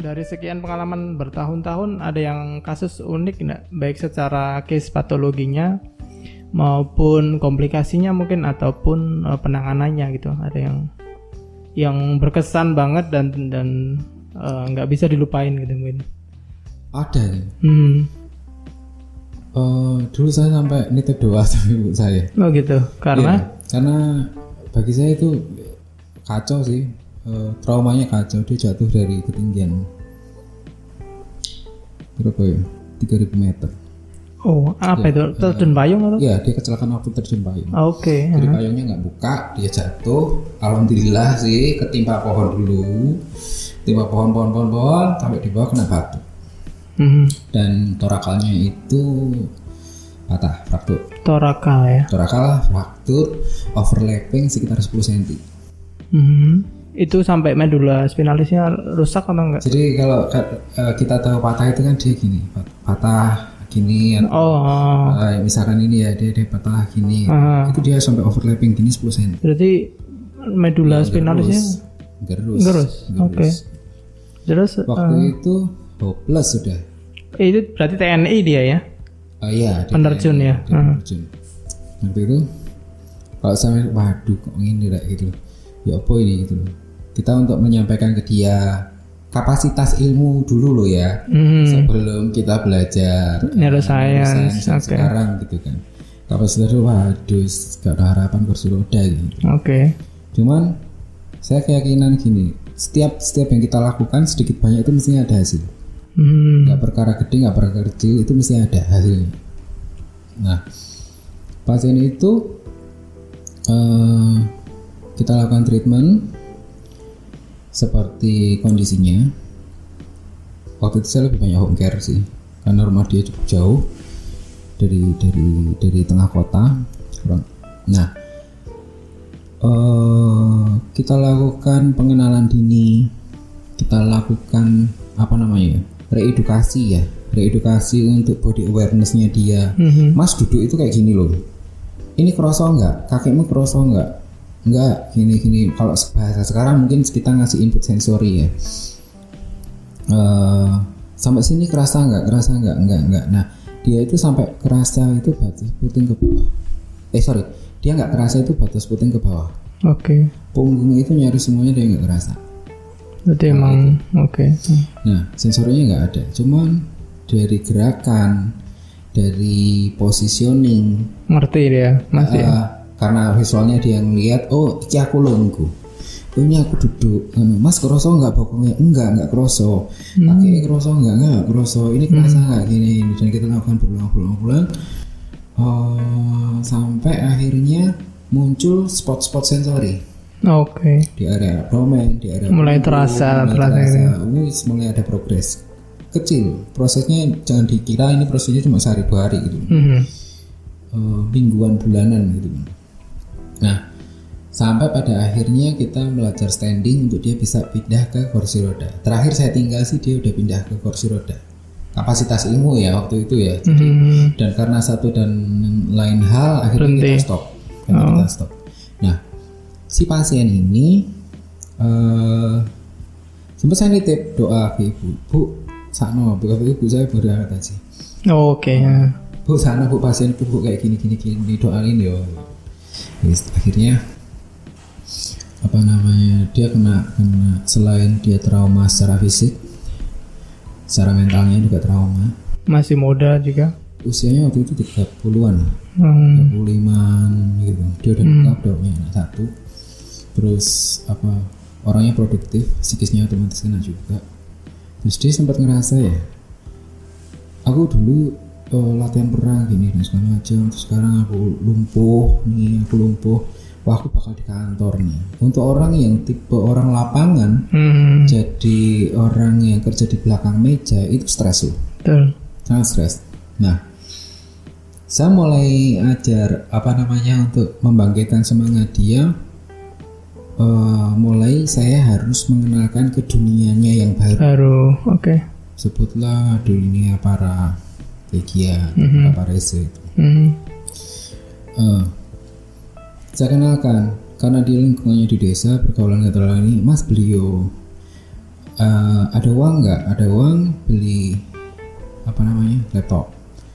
Dari sekian pengalaman bertahun-tahun, ada yang kasus unik nggak? Baik secara case patologinya maupun komplikasinya mungkin, ataupun penanganannya gitu. Ada yang berkesan banget dan nggak bisa dilupain gitu mungkin. Ada nih. Dulu saya sampai nitip doa sama ibu saya. Oh gitu. Karena? Iya, karena bagi saya itu kacau sih. Traumanya kacau. Dia jatuh dari ketinggian berapa ya? 3.000 meter. Oh, apa itu? Terjun payung atau? Iya, dia kecelakaan waktu terjun payung. Oke. Jadi payungnya nggak buka, dia jatuh. Alhamdulillah sih, ketimpa pohon dulu. Timpa pohon, sampai di bawah kena batu. Dan torakalnya itu patah, fraktur. Torakal ya? Torakal, fraktur, overlapping sekitar 10 cm. Itu sampai medula spinalisnya rusak atau enggak? Jadi kalau kita tahu patah itu kan dia gini, patah gini atau misalkan ini ya dia patah gini, itu dia sampai overlapping gini 10 cm. Berarti medula spinalisnya gerus. Oke. Terus waktu itu hopeless sudah. Itu berarti TNI dia ya? Iya. Penerjun ya. Penerjun. Waktu itu kalau saya waduh kok ini kayak gitu. Ya apa ini gitu. Kita untuk menyampaikan ke dia kapasitas ilmu dulu loh ya, sebelum kita belajar neuroscience sekarang gitu kan. Kapasitas itu waduh gak ada harapan kursi roda gitu. Oke. Cuman saya keyakinan gini, setiap yang kita lakukan sedikit banyak itu mesti ada hasil. Gak perkara gede, gak perkara kecil, itu mesti ada hasilnya. Nah, pasien itu kita lakukan treatment seperti kondisinya. Waktu itu saya lebih banyak home care sih, karena rumah dia cukup jauh dari tengah kota. Nah, kita lakukan pengenalan dini, kita lakukan reedukasi untuk body awareness-nya dia. Mas duduk itu kayak gini loh, ini kerasa nggak? Kakimu kerasa nggak? Nggak, gini. Kalau bahasa sekarang mungkin kita ngasih input sensori ya. Sampai sini kerasa nggak? Nggak. Nah, dia itu sampai kerasa itu batas puting ke bawah. Dia nggak kerasa itu batas puting ke bawah. Oke. Punggung itu nyaris semuanya dia nggak kerasa. Berarti emang oke. Nah, sensornya nggak ada. Cuman dari gerakan, dari positioning. Ngerti dia, masih. Karena visualnya dia ngeliat, oh iki aku lungguh, oh ini aku duduk, mas kroso nggak bokongnya? Enggak kroso, kaki kroso nggak kroso, ini kerasa nggak gini, dan kita lakukan berulang-ulang sampai akhirnya muncul spot-spot sensori. Oke. Di area abdomen, di area mulai terasa. Mulai ada progres kecil. Prosesnya jangan dikira ini prosesnya cuma sehari 2 hari gitu. Mingguan, bulanan gitu. Nah, sampai pada akhirnya kita belajar standing untuk dia bisa pindah ke kursi roda. Terakhir saya tinggal sih dia udah pindah ke kursi roda. Kapasitas ilmu ya waktu itu ya. Dan karena satu dan lain hal akhirnya kita stop. Nah, si pasien ini sempat saya nitip doa ke ibu. Bu, sakno, ibu saya berangkat aja. Oke. Bu, sana bu pasien bu kayak gini doain ya. Akhirnya dia kena selain dia trauma secara fisik, secara mentalnya juga trauma. Masih muda juga. Usianya waktu itu 30-an, 35-an gitu. Dia udah nikah, udah punya anak 1. Terus orangnya produktif, psikisnya otomatis kena juga. Terus dia sempat ngerasa ya, aku dulu latihan perang gini dan segala macam, terus sekarang aku lumpuh, wah aku bakal di kantor nih. Untuk orang yang tipe orang lapangan, jadi orang yang kerja di belakang meja itu stres loh, sangat stres. Nah, saya mulai ajar untuk membangkitkan semangat dia. Mulai saya harus mengenalkan ke dunianya yang baru. Oke. Sebutlah dunia para Legia, para rese itu. Saya kenalkan karena di lingkungannya di desa pergaulan gak terlalu ini, mas beliau ada uang nggak? Ada uang beli laptop.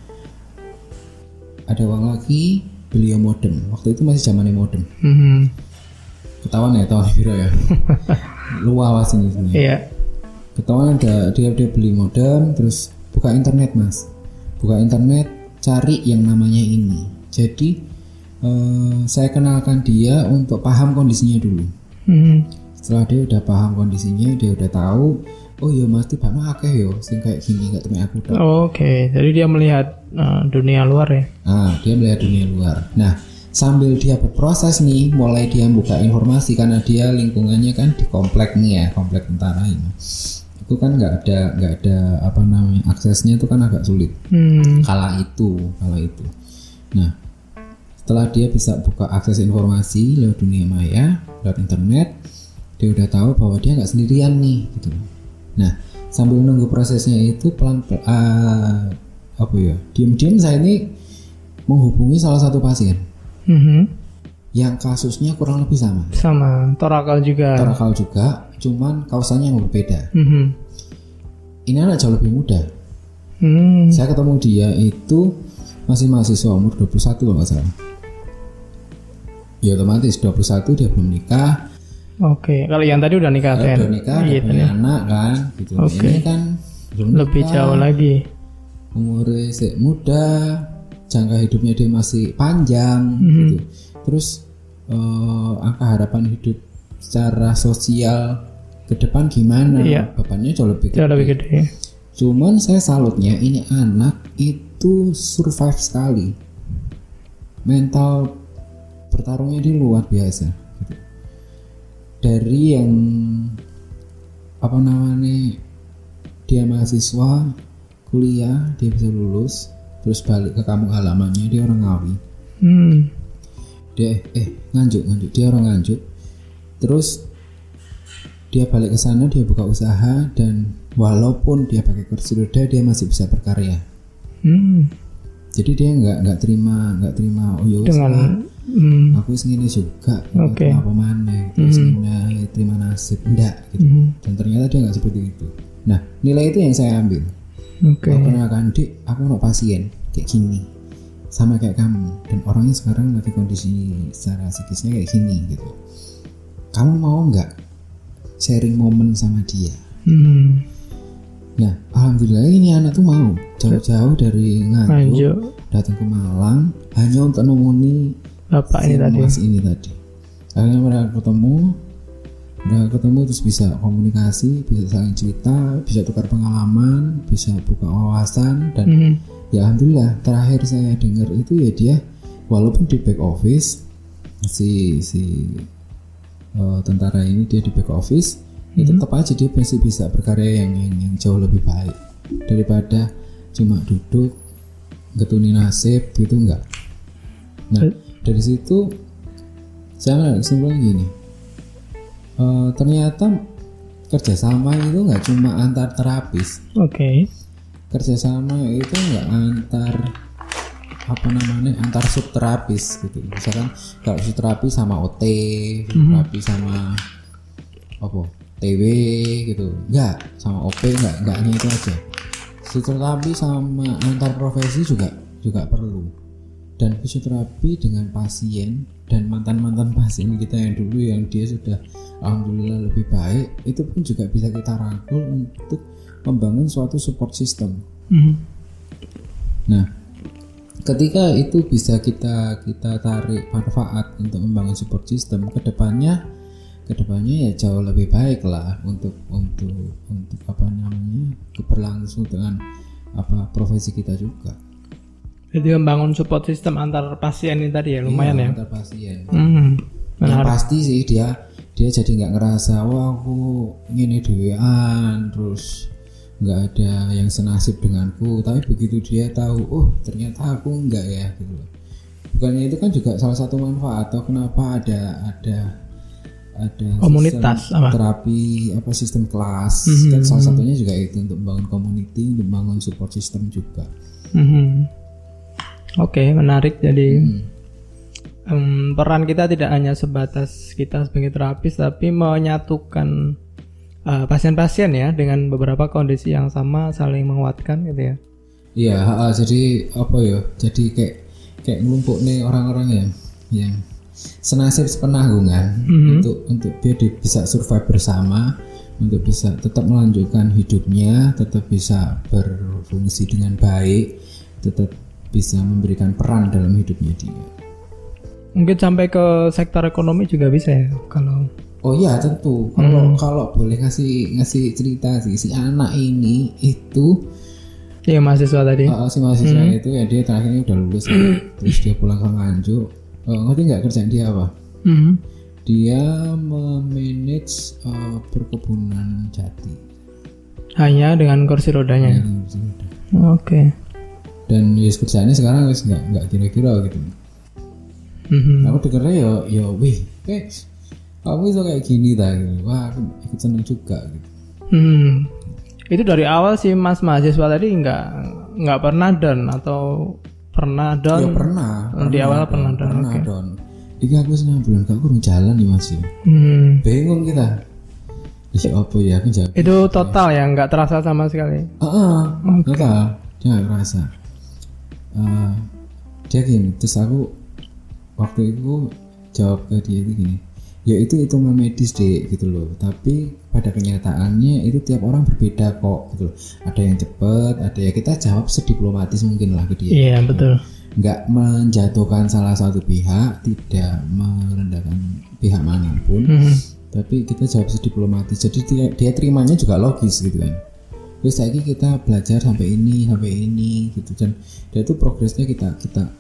Ada uang lagi beli modem. Waktu itu masih zamannya modem. Ketahuan ya tahun biru ya. Lu awas ini. Iya. Ketahuan ada dia beli modem, terus buka internet mas. Buka internet, cari yang namanya ini. Jadi saya kenalkan dia untuk paham kondisinya dulu. Setelah dia udah paham kondisinya, dia udah tahu, oh iya mas tibane akeh yo sing kayak gini gak temen aku dong. Oke, jadi dia melihat dunia luar ya. Dia melihat dunia luar. Nah, sambil dia berproses nih, mulai dia buka informasi karena dia lingkungannya kan di komplek nih ya, komplek tentara ini. Itu kan nggak ada aksesnya itu kan agak sulit. Kala itu. Nah, setelah dia bisa buka akses informasi lewat dunia maya, lewat internet, dia udah tahu bahwa dia nggak sendirian nih gitu. Nah, sambil nunggu prosesnya itu diam-diam saya ini menghubungi salah satu pasien yang kasusnya kurang lebih sama torakal juga, cuman kausanya yang berbeda. Ini anak jauh lebih muda. Saya ketemu dia itu masih mahasiswa umur 21 kalau nggak salah. Ya otomatis 21 dia belum nikah. Oke, kalau yang tadi udah nikah kan? Udah nikah, udah punya anak kan gitu. Ini kan belum lebih nikah, jauh lagi. Umurnya masih muda, jangka hidupnya dia masih panjang gitu. Terus angka harapan hidup secara sosial ke depan gimana? Bebannya jauh lebih gede. Cuman saya salutnya ini anak itu survive sekali. Mental bertarungnya dia luar biasa gitu. Dari yang dia mahasiswa kuliah, dia bisa lulus, terus balik ke kampung halamannya, dia orang Ngawi. Dia dia orang Nganjuk. Terus dia balik ke sana, dia buka usaha, dan walaupun dia pakai kursi roda, dia masih bisa berkarya. Jadi dia nggak terima oh ya aku segini juga, apa mana, terus terima nasib, enggak gitu. Dan ternyata dia nggak seperti itu. Nah, nilai itu yang saya ambil. Aku kenalkan, Dik, aku mau pasien kayak gini, sama kayak kamu, dan orangnya sekarang lagi kondisi secara psikisnya kayak gini gitu. Kamu mau nggak sharing momen sama dia? Nah, alhamdulillah ini anak tuh mau jauh-jauh dari Nganjuk datang ke Malang hanya untuk nemoni bapak ini tadi. Akhirnya mereka ketemu terus bisa komunikasi, bisa saling cerita, bisa tukar pengalaman, bisa buka wawasan, dan ya alhamdulillah terakhir saya dengar itu ya dia walaupun di back office si tentara ini dia di back office, ya tetap aja dia masih bisa berkarya yang jauh lebih baik daripada cuma duduk getuni nasib gitu, enggak. Nah, dari situ saya melihat kesimpulan gini, ternyata kerjasama itu nggak cuma antar terapis. Kerjasama itu nggak antar antar subterapis gitu. Misalkan kalau subterapi sama OT, terapi sama TW gitu, enggak, sama OP enggak hanya itu aja. Fisioterapi sama antar profesi juga perlu. Dan fisioterapi dengan pasien dan mantan pasien kita yang dulu yang dia sudah alhamdulillah lebih baik, itu pun juga bisa kita rangkul untuk membangun suatu support system. Nah, ketika itu bisa kita tarik manfaat untuk membangun support system, kedepannya ya jauh lebih baik lah untuk keberlangsung dengan profesi kita juga. Jadi membangun support system antar pasien ini tadi ya lumayan ya. Antar pasien. Yang pasti sih dia jadi nggak ngerasa aku ngene dhewean terus nggak ada yang senasib denganku, tapi begitu dia tahu ternyata aku enggak ya gitu. Bukannya itu kan juga salah satu manfaat atau kenapa ada komunitas terapi sistem kelas dan salah satunya juga itu untuk membangun community, untuk membangun support system juga. Oke, menarik. Jadi peran kita tidak hanya sebatas kita sebagai terapis, tapi menyatukan pasien-pasien ya dengan beberapa kondisi yang sama saling menguatkan gitu ya. Iya, jadi apa ya? Jadi kayak ngelumpuk nih orang-orang yang senasib sepenanggungan untuk biar bisa survive bersama, untuk bisa tetap melanjutkan hidupnya, tetap bisa berfungsi dengan baik, tetap bisa memberikan peran dalam hidupnya dia. Mungkin sampai ke sektor ekonomi juga bisa ya kalau. Oh iya tentu. Kalau boleh ngasih cerita sih, si anak ini itu iya mahasiswa tadi. Si mahasiswa itu ya dia terakhirnya udah lulus ya. Terus dia pulang ke Nganjuk. Ngerti nggak kerjaan dia apa? Dia memanage perkebunan jati. Hanya dengan kursi rodanya. Oke. Dan kerjaannya sekarang wis nggak kira-kira gitu. Aku dengarnya ya wih, kamu bisa kayak gini dah gitu. Wah, aku ikut seneng juga gitu. Itu dari awal sih Mas mahasiswa tadi nggak pernah down atau pernah down? Ya pernah. Di awal pernah down. Pernah down. Iki aku 9 bulan gak kurang jalan nih Mas. Bingung kita. Isi apa ya aku jawab. Itu total ya nggak terasa sama sekali. Total. Dia nggak terasa. Dia gini, terus aku waktu itu jawab ke dia itu gini, ya itu hitungan medis deh gitu loh, tapi pada kenyataannya itu tiap orang berbeda kok gitu loh. Ada yang cepet, ada ya, kita jawab sediplomatis mungkin lah ke dia. Iya betul. Nggak menjatuhkan salah satu pihak, tidak merendahkan pihak manapun, tapi kita jawab sediplomatis. Jadi dia terimanya juga logis gitu kan. Terus lagi kita belajar sampai ini gitu, dan dia tuh progresnya kita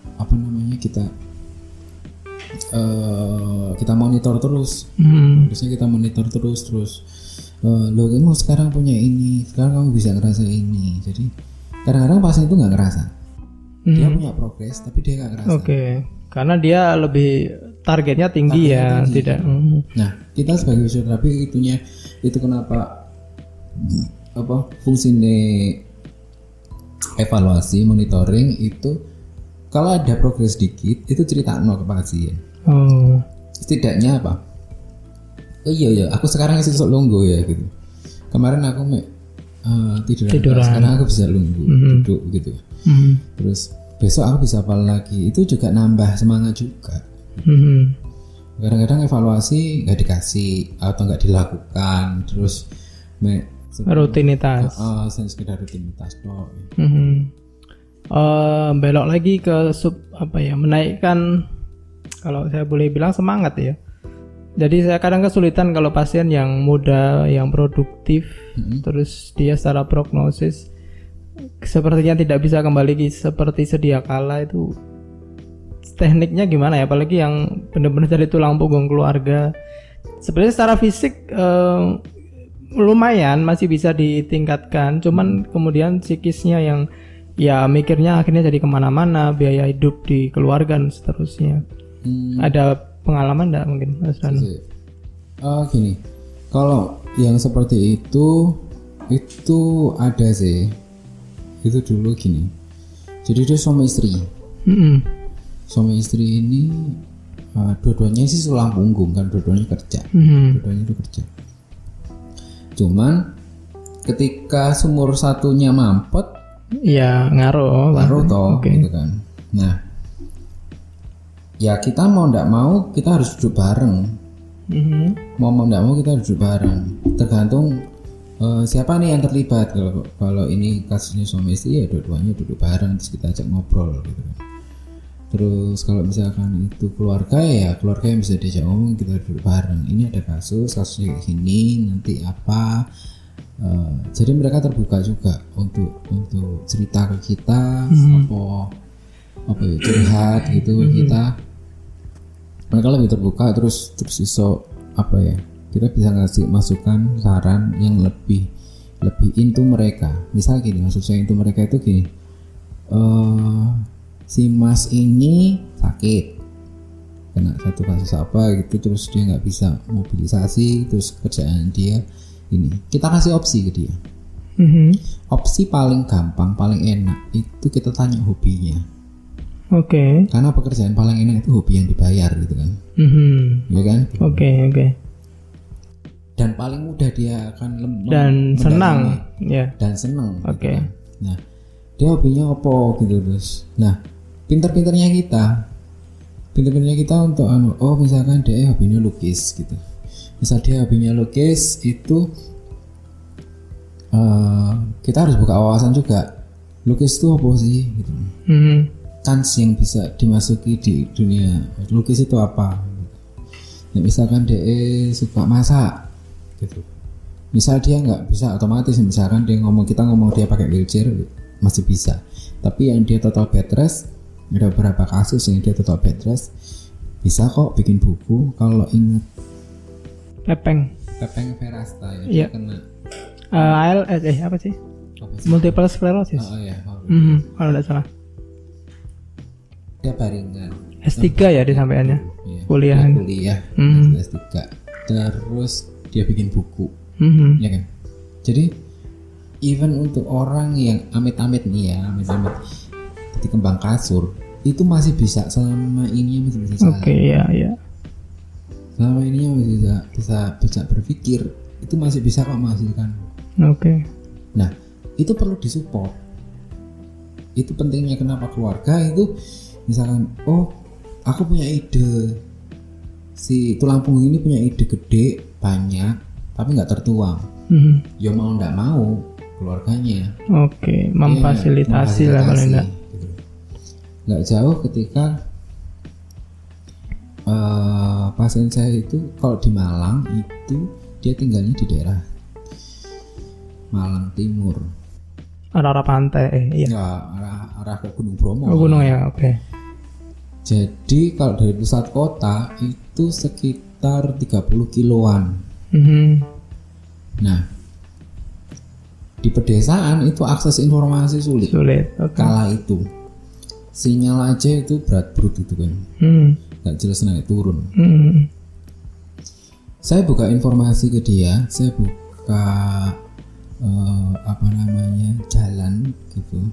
monitor terus. Biasanya kita monitor terus lo kamu sekarang punya ini, sekarang kamu bisa ngerasa ini. Jadi kadang-kadang pasien itu nggak ngerasa dia punya progres, tapi dia nggak ngerasa. Oke. Karena dia lebih targetnya tinggi. Tidak. Nah, kita sebagai fisioterapi itu kenapa fungsinya evaluasi monitoring itu. Kalau ada progres dikit, itu cerita ke pasien. Setidaknya apa? Oh iya, aku sekarang sesuk lungguh ya gitu. Kemarin aku tiduran. Sekarang aku bisa lungguh, duduk gitu. Terus besok aku bisa apa lagi? Itu juga nambah semangat juga. Kadang-kadang evaluasi nggak dikasih atau nggak dilakukan, terus rutinitas. Sekedar rutinitas toh. Belok lagi ke menaikkan, kalau saya boleh bilang, semangat ya. Jadi saya kadang kesulitan kalau pasien yang muda, yang produktif, terus dia secara prognosis sepertinya tidak bisa kembali seperti sedia kala. Itu tekniknya gimana ya? Apalagi yang benar-benar jadi tulang punggung keluarga. Sebenarnya secara fisik lumayan masih bisa ditingkatkan, cuman kemudian psikisnya yang ya mikirnya akhirnya jadi kemana-mana, biaya hidup di keluarga dan seterusnya. Ada pengalaman enggak mungkin Mas Rano? Gini, kalau yang seperti itu ada sih. Itu dulu gini, jadi dia suami istri. Suami istri ini dua-duanya sih tulang punggung kan, dua-duanya kerja. Dua-duanya itu kerja. Cuman ketika sumur satunya mampet, ya ngaruh toh, gitu kan. Nah, ya kita mau ndak mau kita harus duduk bareng. Mau ndak mau kita harus duduk bareng. Tergantung siapa nih yang terlibat. Kalau ini kasusnya suami istri, ya dua-duanya duduk bareng, terus kita ajak ngobrol gitu kan. Terus kalau misalkan itu keluarga, ya keluarga yang bisa diajak ngomong, kita duduk bareng. Ini ada kasusnya kayak gini, nanti apa. Jadi mereka terbuka juga untuk cerita ke kita, apa ya, curhat gitu. Mereka lebih terbuka, terus iso kita bisa ngasih masukan, saran yang lebih into mereka. Misal gini, maksud saya into mereka itu gini, si Mas ini sakit, kena satu kasus apa gitu, terus dia nggak bisa mobilisasi, terus kerjaan dia ini, kita kasih opsi ke dia. Opsi paling gampang, paling enak itu kita tanya hobinya. Oke. Karena pekerjaan paling enak itu hobi yang dibayar gitu kan. Ya kan? Oke. dan paling mudah dia akan dan senang ya. Dan senang. Oke. Gitu kan. Nah, dia hobinya apa gitu terus. Nah, pinter-pinternya kita untuk misalkan dia hobinya lukis gitu. Misal dia hobinya lukis itu kita harus buka wawasan juga. Lukis itu apa sih gitu. Kans yang bisa dimasuki di dunia lukis itu apa? Nah, misalkan dia suka masak gitu. Misal dia nggak bisa otomatis, misalkan dia kita ngomong dia pakai wheelchair masih bisa. Tapi yang dia total bed rest, ada beberapa kasus yang dia total bed rest bisa kok bikin buku. Kalau ingat Pepeng Verasta ya, kena ALS apa sih? Multiple sclerosis. Kalau tidak salah. Dia baringan. S3 ya disampaikannya. Ya, kuliah. S3. Terus dia bikin buku. Ya kan? Jadi even untuk orang yang amit-amit jadi kembang kasur itu masih bisa selama ini masih bisa jalan. Oke, ya. Selama ini masih bisa berpikir, itu masih bisa kok menghasilkan. Oke. Nah, itu perlu disupport. Itu pentingnya kenapa keluarga itu misalkan aku punya ide, si tulang punggung ini punya ide gede banyak tapi nggak tertuang. Ya mau nggak mau keluarganya. Oke, memfasilitasi lah kalau enggak. Gitu. Nggak jauh ketika pasien saya itu kalau di Malang itu dia tinggalnya di daerah Malang Timur. Arah pantai, iya. Ya, arah ke Gunung Bromo. Gunung ya, oke. Jadi kalau dari pusat kota itu sekitar 30 kiloan. Nah, di pedesaan itu akses informasi sulit. Okay. Kala itu sinyal aja itu berat brut itu kan, nggak jelas naik turun. Saya buka informasi ke dia, saya buka jalan gitu.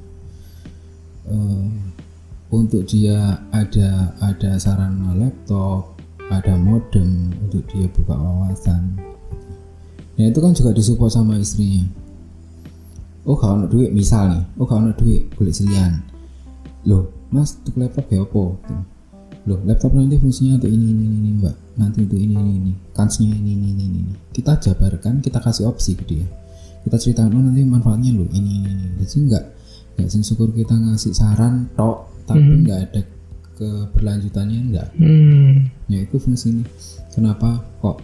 Untuk dia ada sarana laptop, ada modem untuk dia buka wawasan. Nah itu kan juga disupport sama istrinya. Kalau ada duit misal nih, kalau ada duit golek selian. Loh, Mas, tuh laptop ya apa? Loh, laptop nanti fungsinya untuk ini Mbak. Nanti untuk ini. Kansnya ini. Kita jabarkan, kita kasih opsi ke dia. Kita ceritakan nanti manfaatnya loh ini. Jadi enggak sing syukur kita ngasih saran tok, tapi enggak ada keberlanjutannya enggak. Ya itu fungsinya. Kenapa kok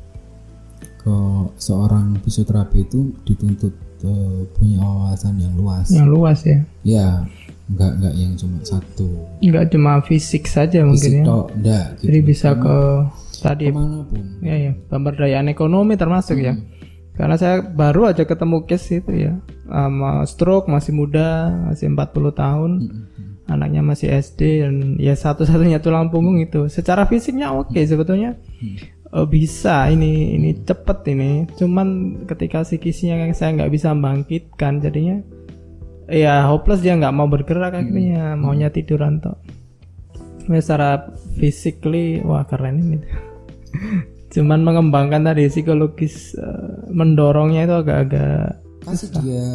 seorang fisioterapi itu dituntut punya wawasan yang luas. Yang luas ya. Ya, enggak yang cuma satu. Enggak cuma fisik saja mungkin ya. Enggak, gitu. Jadi bisa ke tadi kemanapun. Ya, pemberdayaan ekonomi termasuk ya. Karena saya baru aja ketemu case itu ya. Stroke, masih muda, masih 40 tahun. Anaknya masih SD dan ya satu-satunya tulang punggung itu. Secara fisiknya oke sebetulnya. Bisa ini cepet ini, cuman ketika psikisnya saya nggak bisa bangkitkan, jadinya ya hopeless, dia nggak mau bergerak akhirnya, maunya tiduran toh. Secara physically wah keren ini. Cuman mengembangkan tadi psikologis, mendorongnya itu agak-agak kasih dia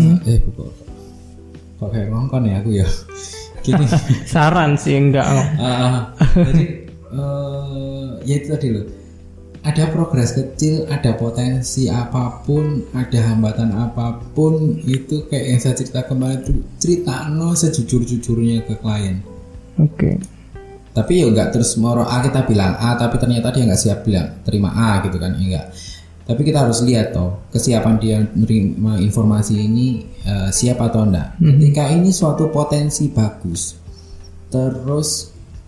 kok kayak ngongkon ya aku ya gini. Saran sih enggak. Jadi ya itu tadi loh, ada progres kecil, ada potensi apapun, ada hambatan apapun, itu kayak yang saya cerita kemarin itu, cerita sejujur-jujurnya ke klien. Oke. Tapi ya enggak terus moro kita bilang A tapi ternyata dia enggak siap bilang terima A gitu kan, enggak. Tapi kita harus lihat kesiapan dia menerima informasi ini siap atau enggak. Ketika ini suatu potensi bagus, terus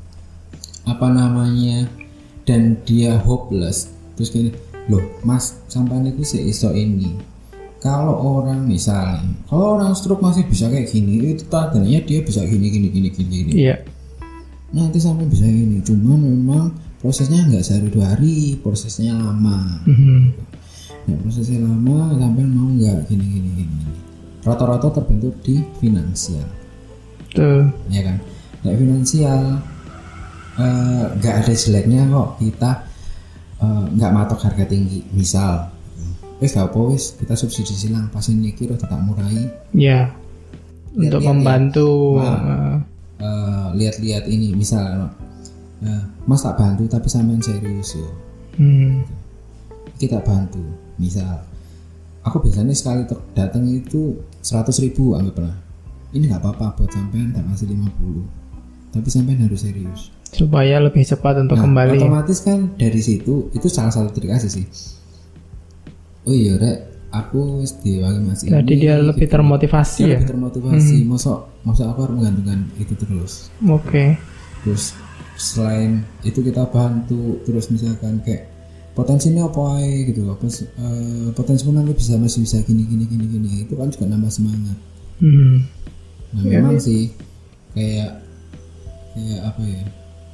dan dia hopeless, terus gini, loh Mas sampai niku seiso ini. Kalau orang stroke masih bisa kayak gini, itu tandanya dia bisa gini. Iya. Nanti sampai bisa gini, cuman memang prosesnya nggak sehari 2 hari, prosesnya lama. Nah, prosesnya lama sampai mau nggak gini. Rata-rata terbentuk di finansial. Ya kan? Nah finansial nggak ada jeleknya kok kita nggak matok harga tinggi, misal wis gak apa wis kita subsidi silang pasien iki rada tak murai ya untuk membantu lihat-lihat ini misal Mas tak bantu tapi sampean serius yo kita bantu misal aku biasanya sekali datang itu 100.000 anggaplah ini nggak apa-apa buat sampean tak kasih 50 tapi sampean harus serius supaya lebih cepat untuk kembali. Otomatis kan dari situ itu salah satu trik aja sih. Oh iya rek, aku wis diwangi Mas ini. Jadi dia lebih termotivasi ya. Lebih termotivasi. Masa aku harus menggantungkan itu terus. Oke. Terus selain itu kita bantu terus misalkan kayak potensinya apa gitu. Potensinya nanti masih bisa gini itu kan juga nambah semangat. Nah memang sih kayak apa ya?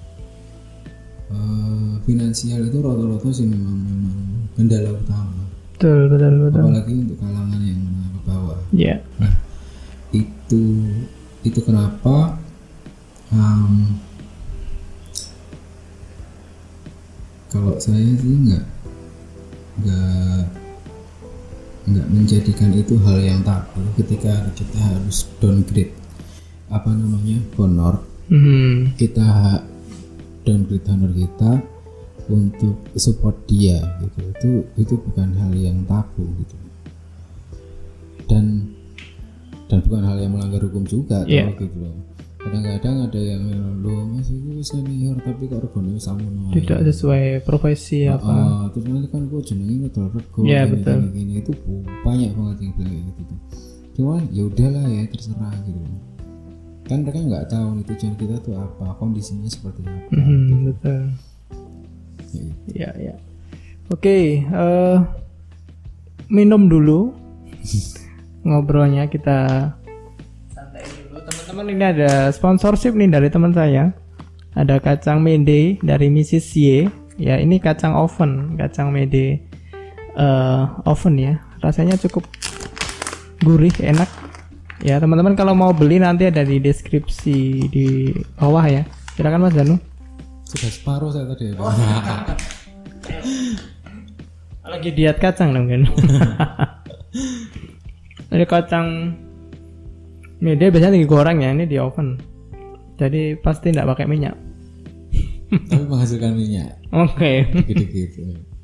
Finansial itu rata-rata sih memang kendala utama. Betul. Apalagi untuk kalangan yang menengah ke bawah. Iya. Nah, itu kenapa kalau saya sih nggak menjadikan itu hal yang tabu ketika kita harus downgrade honor. Kita downgrade honor kita untuk support dia gitu. Itu bukan hal yang tabu gitu. Dan bukan hal yang melanggar hukum juga gitu loh. Kadang-kadang ada yang lo masih senior tapi kok regane samono tidak sesuai profesi apa. Terus nanti kan gue jenenge ngedol rego gini itu banyak banget yang bilang kayak gitu. Cuman ya udahlah ya terserah gitu. Kan mereka nggak tahu tujuan kita tuh apa, kondisinya seperti apa. Betul. Ya. Oke, minum dulu. Ngobrolnya kita santai dulu. Teman-teman ini ada sponsorship nih dari teman saya. Ada kacang mede dari Mrs. Y. Ya ini kacang mede oven ya. Rasanya cukup gurih, enak. Ya teman-teman kalau mau beli nanti ada di deskripsi di bawah ya. Silakan Mas Danu. Sudah separuh saya tadi. Lagi diet kacang mungkin. Ini kacang mede biasanya digoreng ya, ini di oven. Jadi pasti tidak pakai minyak. Tapi menghasilkan minyak. Oke. Gitu-gitu.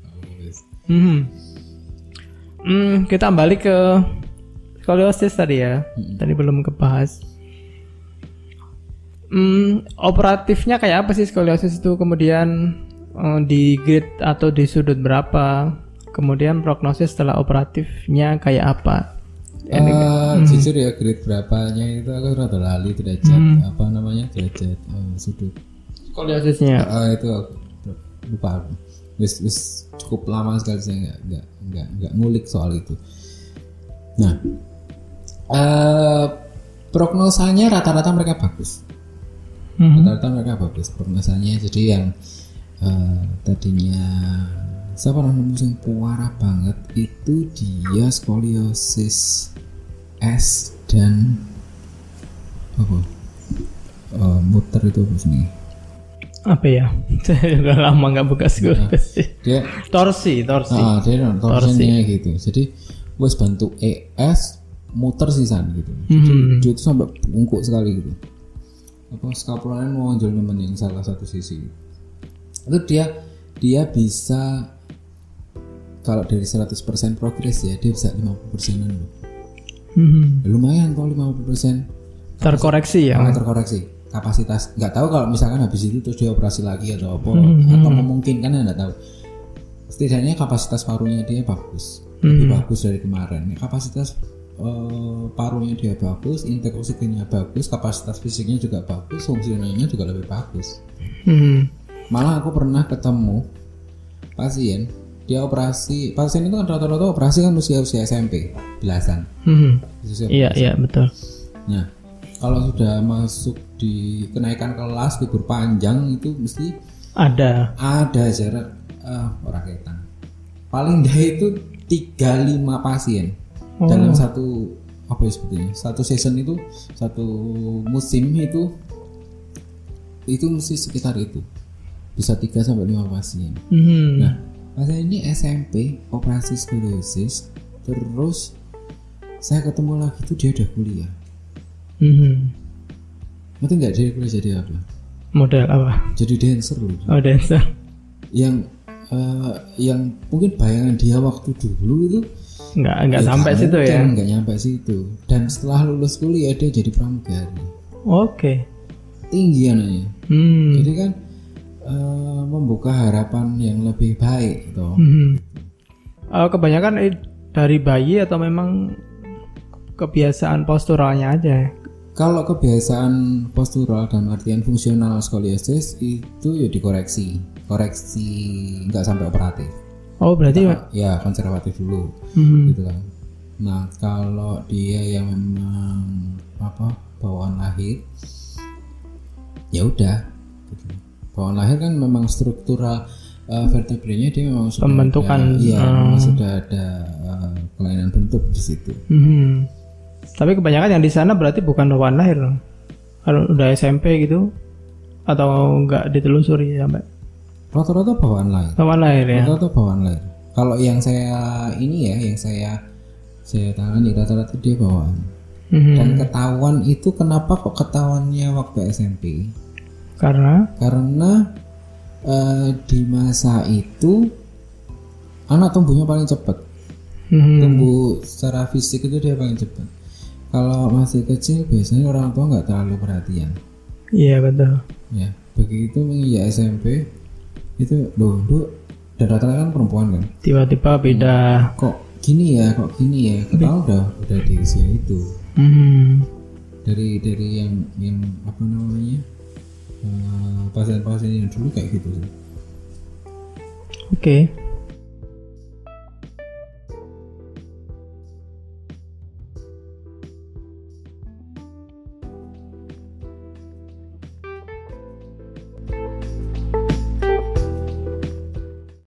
Kita balik ke skoliosis tadi ya. Tadi belum kebahas. Operatifnya kayak apa sih skoliosis itu? Kemudian di grade atau di sudut berapa? Kemudian prognosis setelah operatifnya kayak apa? Jujur ya grade berapanya itu aku rada lali derajat derajat sudut skoliosisnya. Itu aku lupa aku. Wis cukup lama sekali saya nggak ngulik soal itu. Nah, prognosanya rata-rata mereka bagus. Rata-rata mereka bagus prognosanya. Jadi yang tadinya saya pernah nemu yang parah banget itu dia skoliosis S dan muter itu apa sih? Apa ya? Saya udah lama nggak buka skoliosis. Dia torsi. Dia torsinya gitu. Jadi wes bantu ES muter sisan gitu. Jadi dia itu sampai bungkuk sekali gitu. Skapulanya mau nonjol nemen yang salah satu sisi. Itu dia bisa kalau dari 100% progres ya dia bisa 50%-an loh. Lumayan kalau 50% terkoreksi ya. Terkoreksi kapasitas. Nggak tahu kalau misalkan habis itu terus dia operasi lagi atau apa atau memungkinkan ya nggak tahu. Setidaknya kapasitas parunya dia bagus, lebih bagus dari kemarin. Kapasitas parunya dia bagus, intake oksigennya bagus, kapasitas fisiknya juga bagus, fungsionalnya juga lebih bagus. Malah aku pernah ketemu pasien, dia operasi, pasien itu kan rata-rata operasi kan usia SMP belasan. Iya betul. Nah kalau sudah masuk di kenaikan kelas libur panjang itu mesti ada jarak orang ketang. Paling dah itu 3-5 pasien dalam satu satu season itu, satu musim itu mesti sekitar itu bisa 3 sampai 5 pasien. Nah, pasien ini SMP operasi skoliosis, terus saya ketemu lagi tuh dia udah kuliah. Ngerti nggak dia kuliah jadi apa? Model apa? Jadi dancer loh. Oh, dancer. Yang mungkin bayangan dia waktu dulu itu nggak sampai situ ya? Nggak nyampe situ. Dan setelah lulus kuliah dia jadi pramugari. Oke. Tinggi anaknya. Jadi kan membuka harapan yang lebih baik toh. Kebanyakan dari bayi atau memang kebiasaan posturalnya aja? Kalau kebiasaan postural dan artian fungsional skoliosis itu ya dikoreksi nggak sampai operatif. Oh berarti ya konservatif dulu gitu kan. Nah kalau dia yang memang bawaan lahir ya udah gitu. Bawaan lahir kan memang struktural vertebranya dia memang sudah pembentukan memang sudah ada kelainan bentuk di situ. Tapi kebanyakan yang di sana berarti bukan bawaan lahir dong. Kalau udah SMP gitu atau enggak ditelusuri sampai? Rata-rata bawaan lahir. Bawaan lahir ya. Rata-rata bawaan lahir. Kalau yang saya tangani rata-rata dia bawaan. Dan ketahuan itu kenapa kok ketahuannya waktu SMP? Karena di masa itu anak tumbuhnya paling cepat. Tumbuh secara fisik itu dia paling cepat. Kalau masih kecil biasanya orang tua nggak terlalu perhatian. Iya betul. Ya begitu menginjak SMP itu dan rata-rata kan perempuan kan. Tiba-tiba beda. Kok gini ya. Kita udah di usia itu. Dari yang apa namanya pasien-pasien yang dulu kayak gitu sih. Oke.